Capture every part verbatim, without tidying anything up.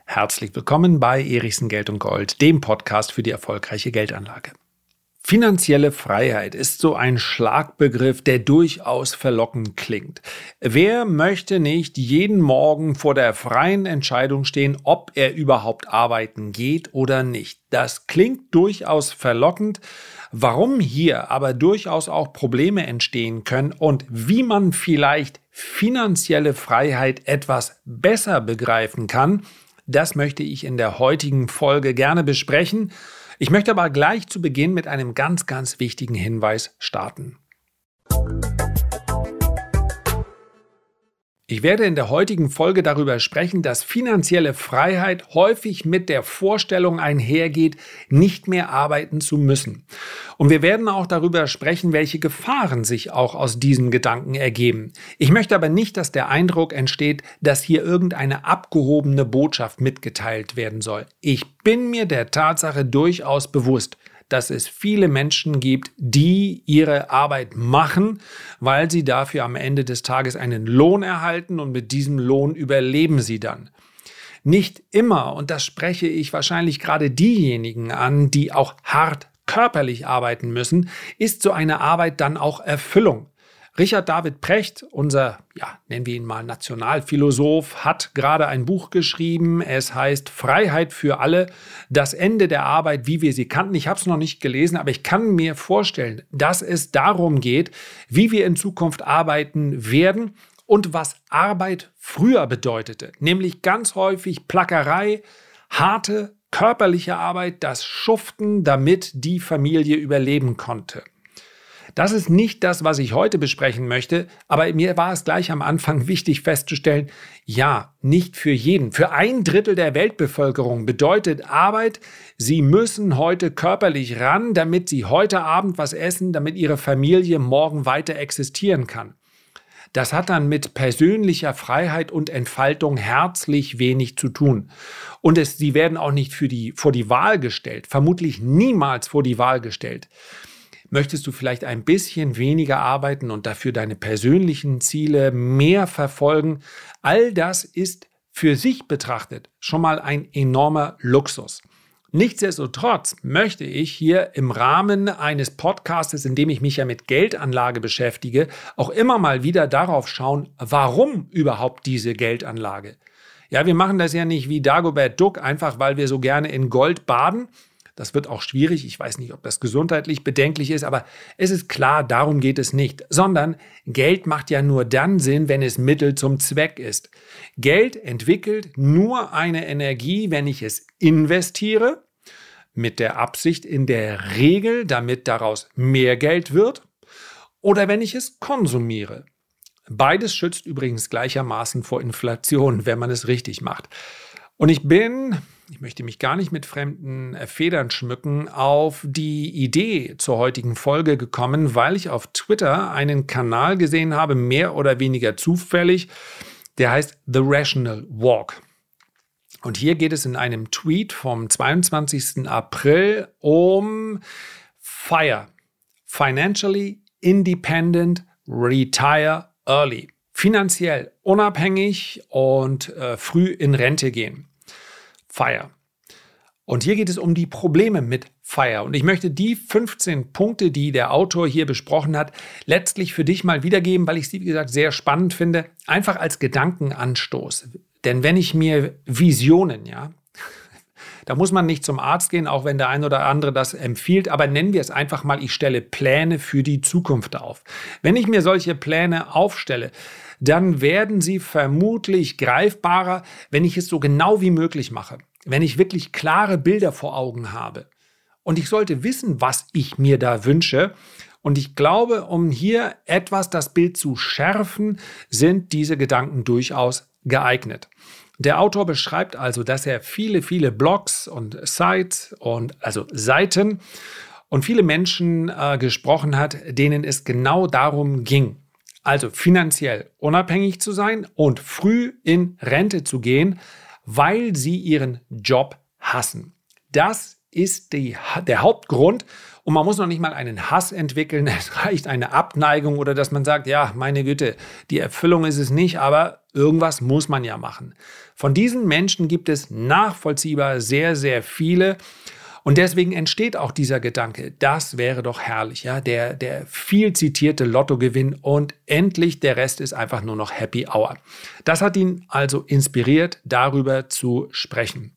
Herzlich willkommen bei Erichsen Geld und Gold, dem Podcast für die erfolgreiche Geldanlage. Finanzielle Freiheit ist so ein Schlagbegriff, der durchaus verlockend klingt. Wer möchte nicht jeden Morgen vor der freien Entscheidung stehen, ob er überhaupt arbeiten geht oder nicht? Das klingt durchaus verlockend. Warum hier aber durchaus auch Probleme entstehen können und wie man vielleicht finanzielle Freiheit etwas besser begreifen kann, das möchte ich in der heutigen Folge gerne besprechen. Ich möchte aber gleich zu Beginn mit einem ganz, ganz wichtigen Hinweis starten. Ich werde in der heutigen Folge darüber sprechen, dass finanzielle Freiheit häufig mit der Vorstellung einhergeht, nicht mehr arbeiten zu müssen. Und wir werden auch darüber sprechen, welche Gefahren sich auch aus diesem Gedanken ergeben. Ich möchte aber nicht, dass der Eindruck entsteht, dass hier irgendeine abgehobene Botschaft mitgeteilt werden soll. Ich bin mir der Tatsache durchaus bewusst, dass es viele Menschen gibt, die ihre Arbeit machen, weil sie dafür am Ende des Tages einen Lohn erhalten und mit diesem Lohn überleben sie dann. Nicht immer, und das spreche ich wahrscheinlich gerade diejenigen an, die auch hart körperlich arbeiten müssen, ist so eine Arbeit dann auch Erfüllung. Richard David Precht, unser, ja, nennen wir ihn mal Nationalphilosoph, hat gerade ein Buch geschrieben. Es heißt Freiheit für alle, das Ende der Arbeit, wie wir sie kannten. Ich habe es noch nicht gelesen, aber ich kann mir vorstellen, dass es darum geht, wie wir in Zukunft arbeiten werden und was Arbeit früher bedeutete. Nämlich ganz häufig Plackerei, harte körperliche Arbeit, das Schuften, damit die Familie überleben konnte. Das ist nicht das, was ich heute besprechen möchte, aber mir war es gleich am Anfang wichtig festzustellen, ja, nicht für jeden. Für ein Drittel der Weltbevölkerung bedeutet Arbeit, sie müssen heute körperlich ran, damit sie heute Abend was essen, damit ihre Familie morgen weiter existieren kann. Das hat dann mit persönlicher Freiheit und Entfaltung herzlich wenig zu tun. Und es, sie werden auch nicht für die, vor die Wahl gestellt, vermutlich niemals vor die Wahl gestellt. Möchtest du vielleicht ein bisschen weniger arbeiten und dafür deine persönlichen Ziele mehr verfolgen? All das ist für sich betrachtet schon mal ein enormer Luxus. Nichtsdestotrotz möchte ich hier im Rahmen eines Podcastes, in dem ich mich ja mit Geldanlage beschäftige, auch immer mal wieder darauf schauen, warum überhaupt diese Geldanlage? Ja, wir machen das ja nicht wie Dagobert Duck, einfach weil wir so gerne in Gold baden. Das wird auch schwierig. Ich weiß nicht, ob das gesundheitlich bedenklich ist, aber es ist klar, darum geht es nicht. Sondern Geld macht ja nur dann Sinn, wenn es Mittel zum Zweck ist. Geld entwickelt nur eine Energie, wenn ich es investiere, mit der Absicht in der Regel, damit daraus mehr Geld wird, oder wenn ich es konsumiere. Beides schützt übrigens gleichermaßen vor Inflation, wenn man es richtig macht. Und ich bin, ich möchte mich gar nicht mit fremden Federn schmücken, auf die Idee zur heutigen Folge gekommen, weil ich auf Twitter einen Kanal gesehen habe, mehr oder weniger zufällig, der heißt The Rational Walk. Und hier geht es in einem Tweet vom zweiundzwanzigsten April um FIRE, Financially Independent Retire Early. Finanziell unabhängig und äh, früh in Rente gehen. FIRE. Und hier geht es um die Probleme mit FIRE. Und ich möchte die fünfzehn Punkte, die der Autor hier besprochen hat, letztlich für dich mal wiedergeben, weil ich sie, wie gesagt, sehr spannend finde, einfach als Gedankenanstoß. Denn wenn ich mir Visionen, ja, da muss man nicht zum Arzt gehen, auch wenn der ein oder andere das empfiehlt, aber nennen wir es einfach mal, ich stelle Pläne für die Zukunft auf. Wenn ich mir solche Pläne aufstelle, dann werden sie vermutlich greifbarer, wenn ich es so genau wie möglich mache. Wenn ich wirklich klare Bilder vor Augen habe. Und ich sollte wissen, was ich mir da wünsche. Und ich glaube, um hier etwas das Bild zu schärfen, sind diese Gedanken durchaus geeignet. Der Autor beschreibt also, dass er viele, viele Blogs und Sites und also Seiten und viele Menschen äh, gesprochen hat, denen es genau darum ging. Also finanziell unabhängig zu sein und früh in Rente zu gehen, weil sie ihren Job hassen. Das ist die, der Hauptgrund. Und man muss noch nicht mal einen Hass entwickeln. Es reicht eine Abneigung oder dass man sagt, ja, meine Güte, die Erfüllung ist es nicht, aber irgendwas muss man ja machen. Von diesen Menschen gibt es nachvollziehbar sehr, sehr viele. Und deswegen entsteht auch dieser Gedanke, das wäre doch herrlich, ja, der, der viel zitierte Lottogewinn und endlich der Rest ist einfach nur noch Happy Hour. Das hat ihn also inspiriert, darüber zu sprechen.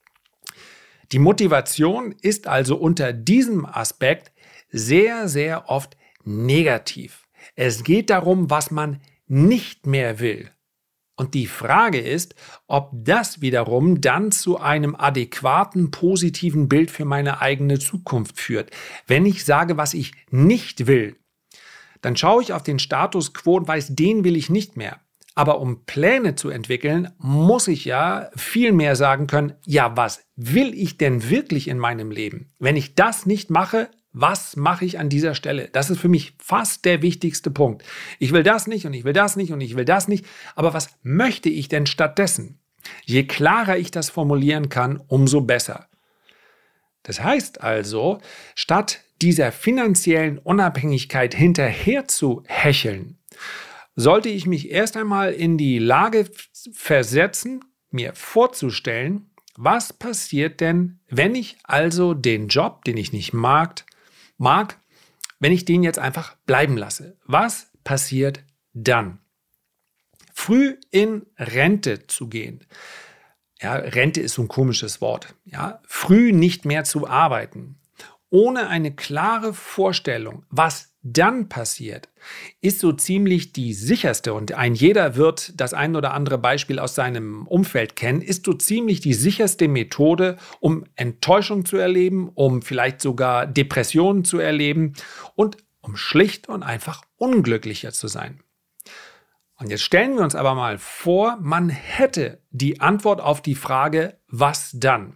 Die Motivation ist also unter diesem Aspekt sehr, sehr oft negativ. Es geht darum, was man nicht mehr will. Und die Frage ist, ob das wiederum dann zu einem adäquaten, positiven Bild für meine eigene Zukunft führt. Wenn ich sage, was ich nicht will, dann schaue ich auf den Status quo und weiß, den will ich nicht mehr. Aber um Pläne zu entwickeln, muss ich ja viel mehr sagen können, ja, was will ich denn wirklich in meinem Leben? Wenn ich das nicht mache, was mache ich an dieser Stelle? Das ist für mich fast der wichtigste Punkt. Ich will das nicht und ich will das nicht und ich will das nicht. Aber was möchte ich denn stattdessen? Je klarer ich das formulieren kann, umso besser. Das heißt also, statt dieser finanziellen Unabhängigkeit hinterher zu hecheln, sollte ich mich erst einmal in die Lage versetzen, mir vorzustellen, was passiert denn, wenn ich also den Job, den ich nicht mag, mag, wenn ich den jetzt einfach bleiben lasse. Was passiert dann? Früh in Rente zu gehen. Ja, Rente ist so ein komisches Wort. Ja, früh nicht mehr zu arbeiten. Ohne eine klare Vorstellung, was dann passiert, ist so ziemlich die sicherste, und ein jeder wird das ein oder andere Beispiel aus seinem Umfeld kennen, ist so ziemlich die sicherste Methode, um Enttäuschung zu erleben, um vielleicht sogar Depressionen zu erleben und um schlicht und einfach unglücklicher zu sein. Und jetzt stellen wir uns aber mal vor, man hätte die Antwort auf die Frage, was dann?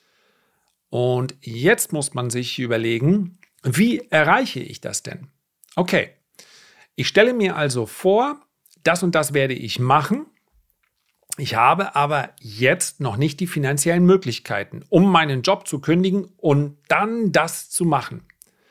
Und jetzt muss man sich überlegen, wie erreiche ich das denn? Okay, ich stelle mir also vor, das und das werde ich machen. Ich habe aber jetzt noch nicht die finanziellen Möglichkeiten, um meinen Job zu kündigen und dann das zu machen.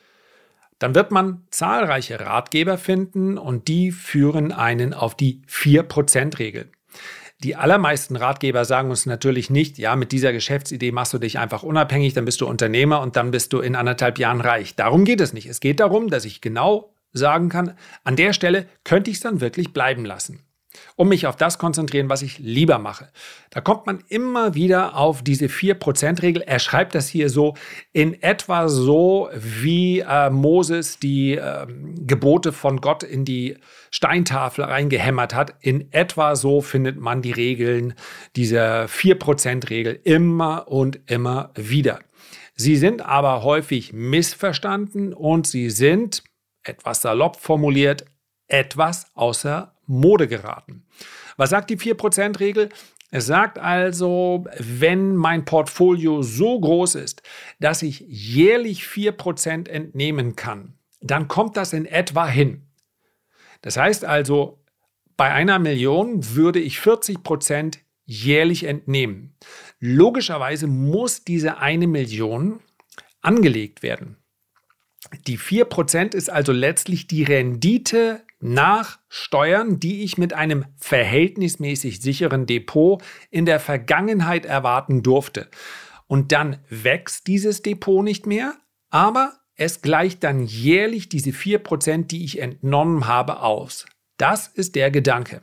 Dann wird man zahlreiche Ratgeber finden und die führen einen auf die vier Prozent Regel. Die allermeisten Ratgeber sagen uns natürlich nicht, ja, mit dieser Geschäftsidee machst du dich einfach unabhängig, dann bist du Unternehmer und dann bist du in anderthalb Jahren reich. Darum geht es nicht. Es geht darum, dass ich genau sagen kann, an der Stelle könnte ich es dann wirklich bleiben lassen, um mich auf das konzentrieren, was ich lieber mache. Da kommt man immer wieder auf diese vier Prozent Regel. Er schreibt das hier so in etwa so, wie äh, Moses die äh, Gebote von Gott in die Steintafel reingehämmert hat. In etwa so findet man die Regeln dieser vier Prozent Regel immer und immer wieder. Sie sind aber häufig missverstanden und sie sind, etwas salopp formuliert, etwas außer Mode geraten. Was sagt die vier Prozent Regel? Es sagt also, wenn mein Portfolio so groß ist, dass ich jährlich vier Prozent entnehmen kann, dann kommt das in etwa hin. Das heißt also, bei einer Million würde ich vierzig Prozent jährlich entnehmen. Logischerweise muss diese eine Million angelegt werden. Die vier Prozent ist also letztlich die Rendite nach Steuern, die ich mit einem verhältnismäßig sicheren Depot in der Vergangenheit erwarten durfte. Und dann wächst dieses Depot nicht mehr, aber es gleicht dann jährlich diese vier Prozent, die ich entnommen habe, aus. Das ist der Gedanke.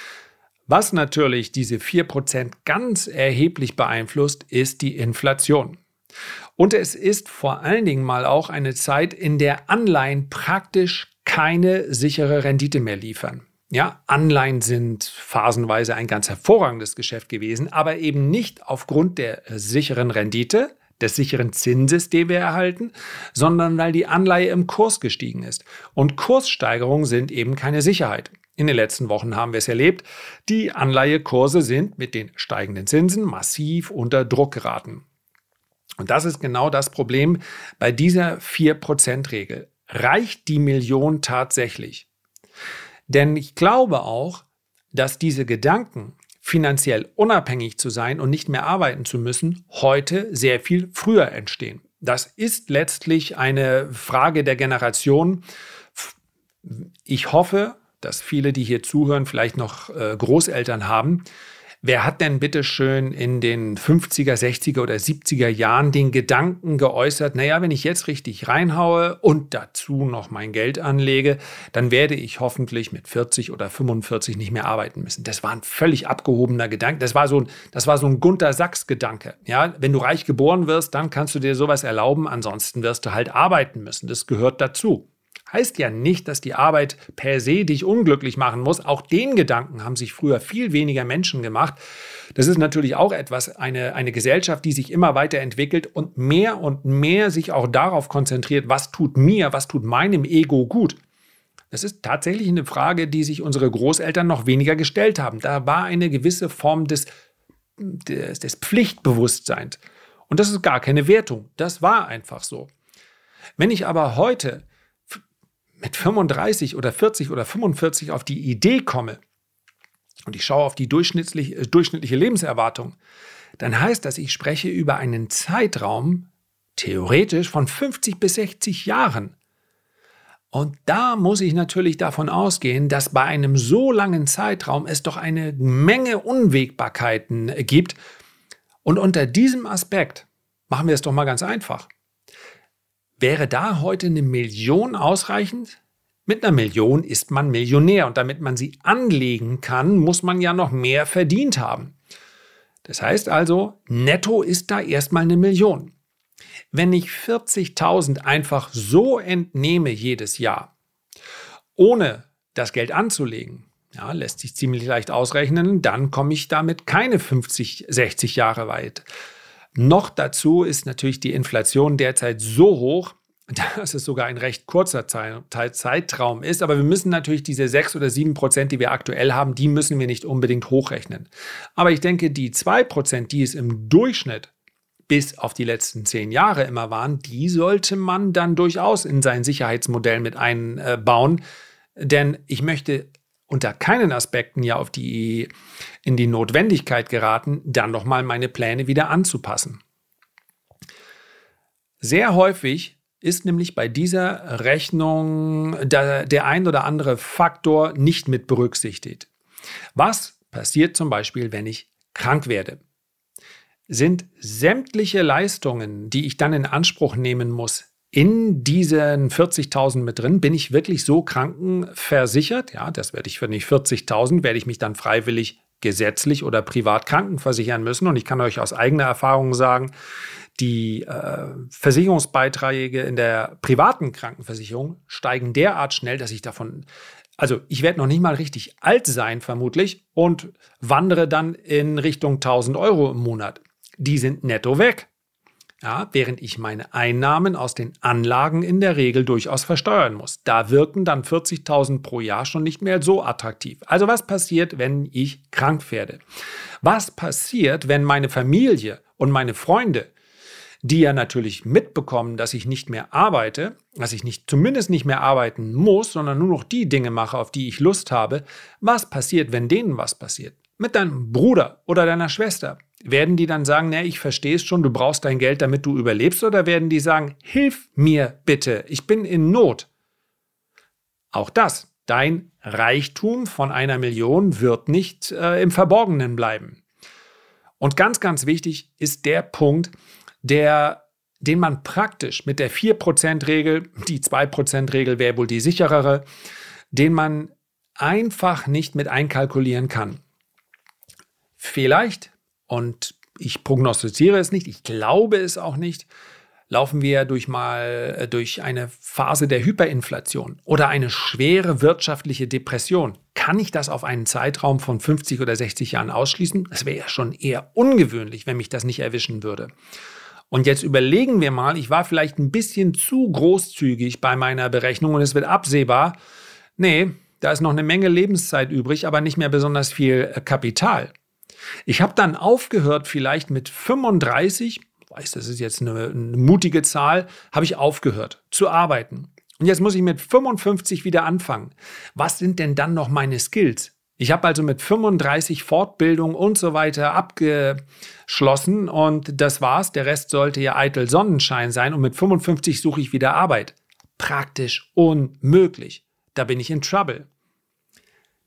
Was natürlich diese vier Prozent ganz erheblich beeinflusst, ist die Inflation. Und es ist vor allen Dingen mal auch eine Zeit, in der Anleihen praktisch keine sichere Rendite mehr liefern. Ja, Anleihen sind phasenweise ein ganz hervorragendes Geschäft gewesen, aber eben nicht aufgrund der sicheren Rendite, des sicheren Zinses, den wir erhalten, sondern weil die Anleihe im Kurs gestiegen ist. Und Kurssteigerungen sind eben keine Sicherheit. In den letzten Wochen haben wir es erlebt, die Anleihekurse sind mit den steigenden Zinsen massiv unter Druck geraten. Und das ist genau das Problem bei dieser vier Prozent Regel. Reicht die Million tatsächlich? Denn ich glaube auch, dass diese Gedanken, finanziell unabhängig zu sein und nicht mehr arbeiten zu müssen, heute sehr viel früher entstehen. Das ist letztlich eine Frage der Generation. Ich hoffe, dass viele, die hier zuhören, vielleicht noch äh, Großeltern haben. Wer hat denn bitte schön in den fünfziger, sechziger oder siebziger Jahren den Gedanken geäußert, naja, wenn ich jetzt richtig reinhaue und dazu noch mein Geld anlege, dann werde ich hoffentlich mit vierzig oder fünfundvierzig nicht mehr arbeiten müssen. Das war ein völlig abgehobener Gedanke. Das war so ein, das war so ein Gunter Sachs-Gedanke. Ja, wenn du reich geboren wirst, dann kannst du dir sowas erlauben, ansonsten wirst du halt arbeiten müssen. Das gehört dazu. Heißt ja nicht, dass die Arbeit per se dich unglücklich machen muss. Auch den Gedanken haben sich früher viel weniger Menschen gemacht. Das ist natürlich auch etwas, eine, eine Gesellschaft, die sich immer weiterentwickelt und mehr und mehr sich auch darauf konzentriert, was tut mir, was tut meinem Ego gut. Das ist tatsächlich eine Frage, die sich unsere Großeltern noch weniger gestellt haben. Da war eine gewisse Form des, des, des Pflichtbewusstseins. Und das ist gar keine Wertung. Das war einfach so. Wenn ich aber heute mit fünfunddreißig oder vierzig oder fünfundvierzig auf die Idee komme und ich schaue auf die durchschnittliche, durchschnittliche Lebenserwartung, dann heißt das, ich spreche über einen Zeitraum, theoretisch, von fünfzig bis sechzig Jahren. Und da muss ich natürlich davon ausgehen, dass bei einem so langen Zeitraum es doch eine Menge Unwägbarkeiten gibt. Und unter diesem Aspekt machen wir es doch mal ganz einfach. Wäre da heute eine Million ausreichend? Mit einer Million ist man Millionär und damit man sie anlegen kann, muss man ja noch mehr verdient haben. Das heißt also, netto ist da erstmal eine Million. Wenn ich vierzigtausend einfach so entnehme jedes Jahr, ohne das Geld anzulegen, ja, lässt sich ziemlich leicht ausrechnen, dann komme ich damit keine fünfzig, sechzig Jahre weit. Noch dazu ist natürlich die Inflation derzeit so hoch, dass es sogar ein recht kurzer Zeitraum ist. Aber wir müssen natürlich diese sechs oder sieben Prozent, die wir aktuell haben, die müssen wir nicht unbedingt hochrechnen. Aber ich denke, die zwei Prozent, die es im Durchschnitt bis auf die letzten zehn Jahre immer waren, die sollte man dann durchaus in sein Sicherheitsmodell mit einbauen. Denn ich möchte unter keinen Aspekten ja auf die, in die Notwendigkeit geraten, dann nochmal meine Pläne wieder anzupassen. Sehr häufig ist nämlich bei dieser Rechnung der, der ein oder andere Faktor nicht mit berücksichtigt. Was passiert zum Beispiel, wenn ich krank werde? Sind sämtliche Leistungen, die ich dann in Anspruch nehmen muss, in diesen vierzigtausend mit drin? Bin ich wirklich so krankenversichert? Ja, das werde ich für nicht vierzigtausend, werde ich mich dann freiwillig gesetzlich oder privat krankenversichern müssen. Und ich kann euch aus eigener Erfahrung sagen, die äh, Versicherungsbeiträge in der privaten Krankenversicherung steigen derart schnell, dass ich davon, also ich werde noch nicht mal richtig alt sein vermutlich und wandere dann in Richtung tausend Euro im Monat. Die sind netto weg. Ja, während ich meine Einnahmen aus den Anlagen in der Regel durchaus versteuern muss. Da wirken dann vierzigtausend pro Jahr schon nicht mehr so attraktiv. Also was passiert, wenn ich krank werde? Was passiert, wenn meine Familie und meine Freunde, die ja natürlich mitbekommen, dass ich nicht mehr arbeite, dass ich nicht, zumindest nicht mehr arbeiten muss, sondern nur noch die Dinge mache, auf die ich Lust habe, was passiert, wenn denen was passiert? Mit deinem Bruder oder deiner Schwester? Werden die dann sagen, ne, ich verstehe es schon, du brauchst dein Geld, damit du überlebst? Oder werden die sagen, hilf mir bitte, ich bin in Not? Auch das, dein Reichtum von einer Million wird nicht äh, im Verborgenen bleiben. Und ganz, ganz wichtig ist der Punkt, der, den man praktisch mit der vier Prozent Regel, die zwei Prozent Regel wäre wohl die sicherere, den man einfach nicht mit einkalkulieren kann. Vielleicht, und ich prognostiziere es nicht, ich glaube es auch nicht, laufen wir durch mal durch eine Phase der Hyperinflation oder eine schwere wirtschaftliche Depression. Kann ich das auf einen Zeitraum von fünfzig oder sechzig Jahren ausschließen? Das wäre ja schon eher ungewöhnlich, wenn mich das nicht erwischen würde. Und jetzt überlegen wir mal, ich war vielleicht ein bisschen zu großzügig bei meiner Berechnung und es wird absehbar, nee, da ist noch eine Menge Lebenszeit übrig, aber nicht mehr besonders viel Kapital. Ich habe dann aufgehört, vielleicht mit fünfunddreißig, ich weiß, das ist jetzt eine, eine mutige Zahl, habe ich aufgehört zu arbeiten. Und jetzt muss ich mit fünfundfünfzig wieder anfangen. Was sind denn dann noch meine Skills? Ich habe also mit fünfunddreißig Fortbildung und so weiter abgeschlossen und das war's. Der Rest sollte ja eitel Sonnenschein sein und mit fünfundfünfzig suche ich wieder Arbeit. Praktisch unmöglich. Da bin ich in Trouble.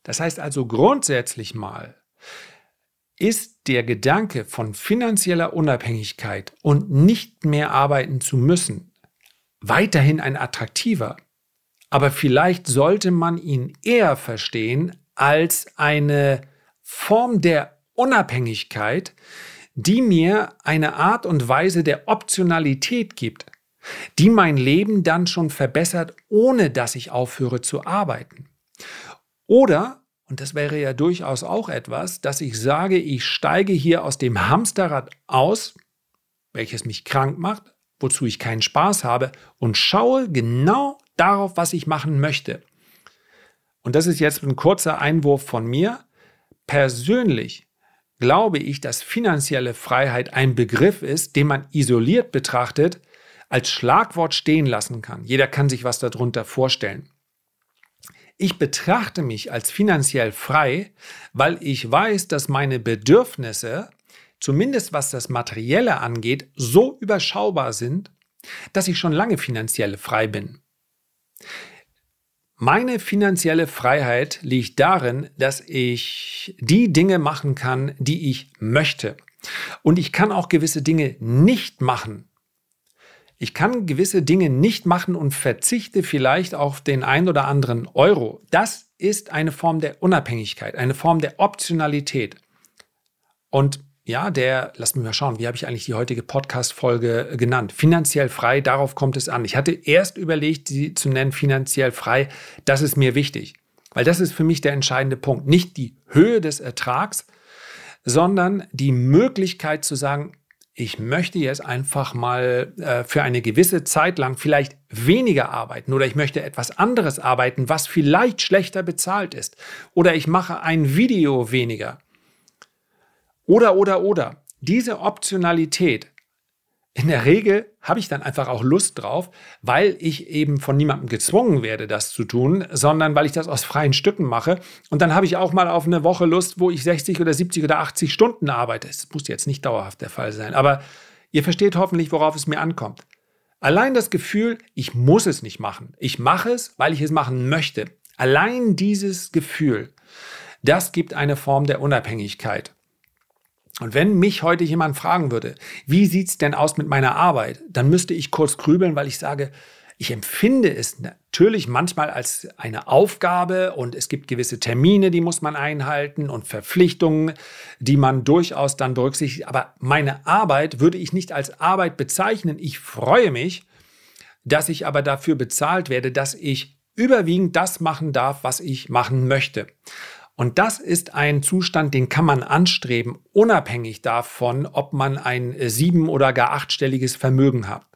Das heißt also grundsätzlich mal, ist der Gedanke von finanzieller Unabhängigkeit und nicht mehr arbeiten zu müssen weiterhin ein attraktiver. Aber vielleicht sollte man ihn eher verstehen als eine Form der Unabhängigkeit, die mir eine Art und Weise der Optionalität gibt, die mein Leben dann schon verbessert, ohne dass ich aufhöre zu arbeiten. Oder, und das wäre ja durchaus auch etwas, dass ich sage, ich steige hier aus dem Hamsterrad aus, welches mich krank macht, wozu ich keinen Spaß habe, und schaue genau darauf, was ich machen möchte. Und das ist jetzt ein kurzer Einwurf von mir. Persönlich glaube ich, dass finanzielle Freiheit ein Begriff ist, den man isoliert betrachtet als Schlagwort stehen lassen kann. Jeder kann sich was darunter vorstellen. Ich betrachte mich als finanziell frei, weil ich weiß, dass meine Bedürfnisse, zumindest was das Materielle angeht, so überschaubar sind, dass ich schon lange finanziell frei bin. Meine finanzielle Freiheit liegt darin, dass ich die Dinge machen kann, die ich möchte. Und ich kann auch gewisse Dinge nicht machen. Ich kann gewisse Dinge nicht machen und verzichte vielleicht auf den ein oder anderen Euro. Das ist eine Form der Unabhängigkeit, eine Form der Optionalität. Und ja, der, lass mich mal schauen, wie habe ich eigentlich die heutige Podcast-Folge genannt? Finanziell frei, darauf kommt es an. Ich hatte erst überlegt, sie zu nennen, finanziell frei. Das ist mir wichtig, weil das ist für mich der entscheidende Punkt. Nicht die Höhe des Ertrags, sondern die Möglichkeit zu sagen, ich möchte jetzt einfach mal äh, für eine gewisse Zeit lang vielleicht weniger arbeiten oder ich möchte etwas anderes arbeiten, was vielleicht schlechter bezahlt ist. Oder ich mache ein Video weniger. Oder, oder, oder. Diese Optionalität, in der Regel habe ich dann einfach auch Lust drauf, weil ich eben von niemandem gezwungen werde, das zu tun, sondern weil ich das aus freien Stücken mache. Und dann habe ich auch mal auf eine Woche Lust, wo ich sechzig oder siebzig oder achtzig Stunden arbeite. Das muss jetzt nicht dauerhaft der Fall sein, aber ihr versteht hoffentlich, worauf es mir ankommt. Allein das Gefühl, ich muss es nicht machen. Ich mache es, weil ich es machen möchte. Allein dieses Gefühl, das gibt eine Form der Unabhängigkeit. Und wenn mich heute jemand fragen würde, wie sieht's denn aus mit meiner Arbeit, dann müsste ich kurz grübeln, weil ich sage, ich empfinde es natürlich manchmal als eine Aufgabe und es gibt gewisse Termine, die muss man einhalten und Verpflichtungen, die man durchaus dann berücksichtigt. Aber meine Arbeit würde ich nicht als Arbeit bezeichnen. Ich freue mich, dass ich aber dafür bezahlt werde, dass ich überwiegend das machen darf, was ich machen möchte. Und das ist ein Zustand, den kann man anstreben, unabhängig davon, ob man ein sieben- oder gar achtstelliges Vermögen hat.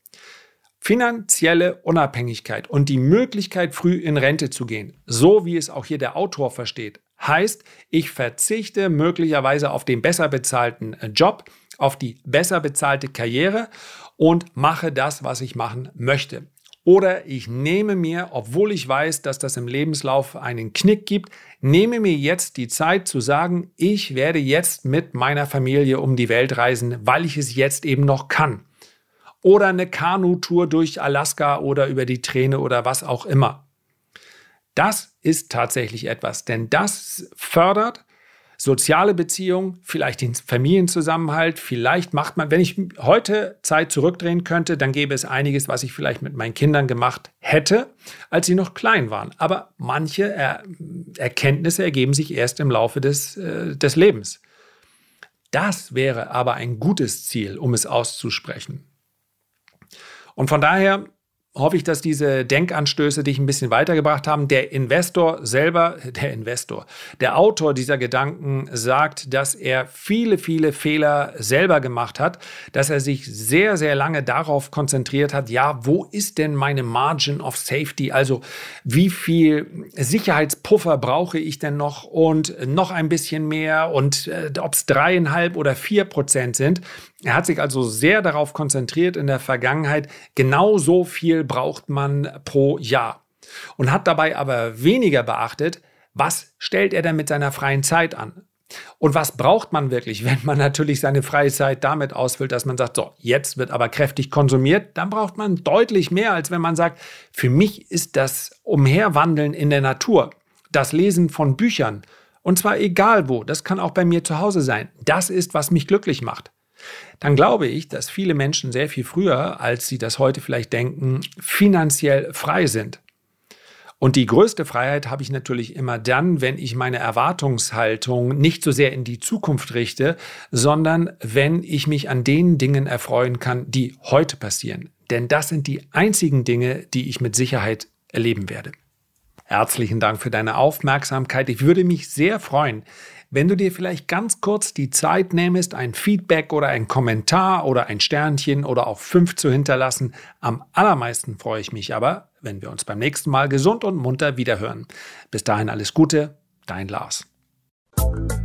Finanzielle Unabhängigkeit und die Möglichkeit, früh in Rente zu gehen, so wie es auch hier der Autor versteht, heißt, ich verzichte möglicherweise auf den besser bezahlten Job, auf die besser bezahlte Karriere und mache das, was ich machen möchte. Oder ich nehme mir, obwohl ich weiß, dass das im Lebenslauf einen Knick gibt, nehme mir jetzt die Zeit zu sagen, ich werde jetzt mit meiner Familie um die Welt reisen, weil ich es jetzt eben noch kann. Oder eine Kanutour durch Alaska oder über die Träne oder was auch immer. Das ist tatsächlich etwas, denn das fördert soziale Beziehungen, vielleicht den Familienzusammenhalt, vielleicht macht man, wenn ich heute Zeit zurückdrehen könnte, dann gäbe es einiges, was ich vielleicht mit meinen Kindern gemacht hätte, als sie noch klein waren. Aber manche er Erkenntnisse ergeben sich erst im Laufe des, äh, des Lebens. Das wäre aber ein gutes Ziel, um es auszusprechen. Und von daher hoffe ich, dass diese Denkanstöße dich ein bisschen weitergebracht haben. Der Investor selber, der Investor, der Autor dieser Gedanken sagt, dass er viele, viele Fehler selber gemacht hat, dass er sich sehr, sehr lange darauf konzentriert hat, ja, wo ist denn meine Margin of Safety? Also wie viel Sicherheitspuffer brauche ich denn noch und noch ein bisschen mehr und äh, ob es dreieinhalb oder vier Prozent sind. Er hat sich also sehr darauf konzentriert in der Vergangenheit, genau so viel braucht man pro Jahr. Und hat dabei aber weniger beachtet, was stellt er denn mit seiner freien Zeit an? Und was braucht man wirklich, wenn man natürlich seine freie Zeit damit ausfüllt, dass man sagt, so, jetzt wird aber kräftig konsumiert, dann braucht man deutlich mehr, als wenn man sagt, für mich ist das Umherwandeln in der Natur. Das Lesen von Büchern, und zwar egal wo, das kann auch bei mir zu Hause sein, das ist, was mich glücklich macht. Dann glaube ich, dass viele Menschen sehr viel früher, als sie das heute vielleicht denken, finanziell frei sind. Und die größte Freiheit habe ich natürlich immer dann, wenn ich meine Erwartungshaltung nicht so sehr in die Zukunft richte, sondern wenn ich mich an den Dingen erfreuen kann, die heute passieren. Denn das sind die einzigen Dinge, die ich mit Sicherheit erleben werde. Herzlichen Dank für deine Aufmerksamkeit. Ich würde mich sehr freuen, wenn du dir vielleicht ganz kurz die Zeit nähmest, ein Feedback oder ein Kommentar oder ein Sternchen oder auch fünf zu hinterlassen. Am allermeisten freue ich mich aber, wenn wir uns beim nächsten Mal gesund und munter wiederhören. Bis dahin alles Gute, dein Lars.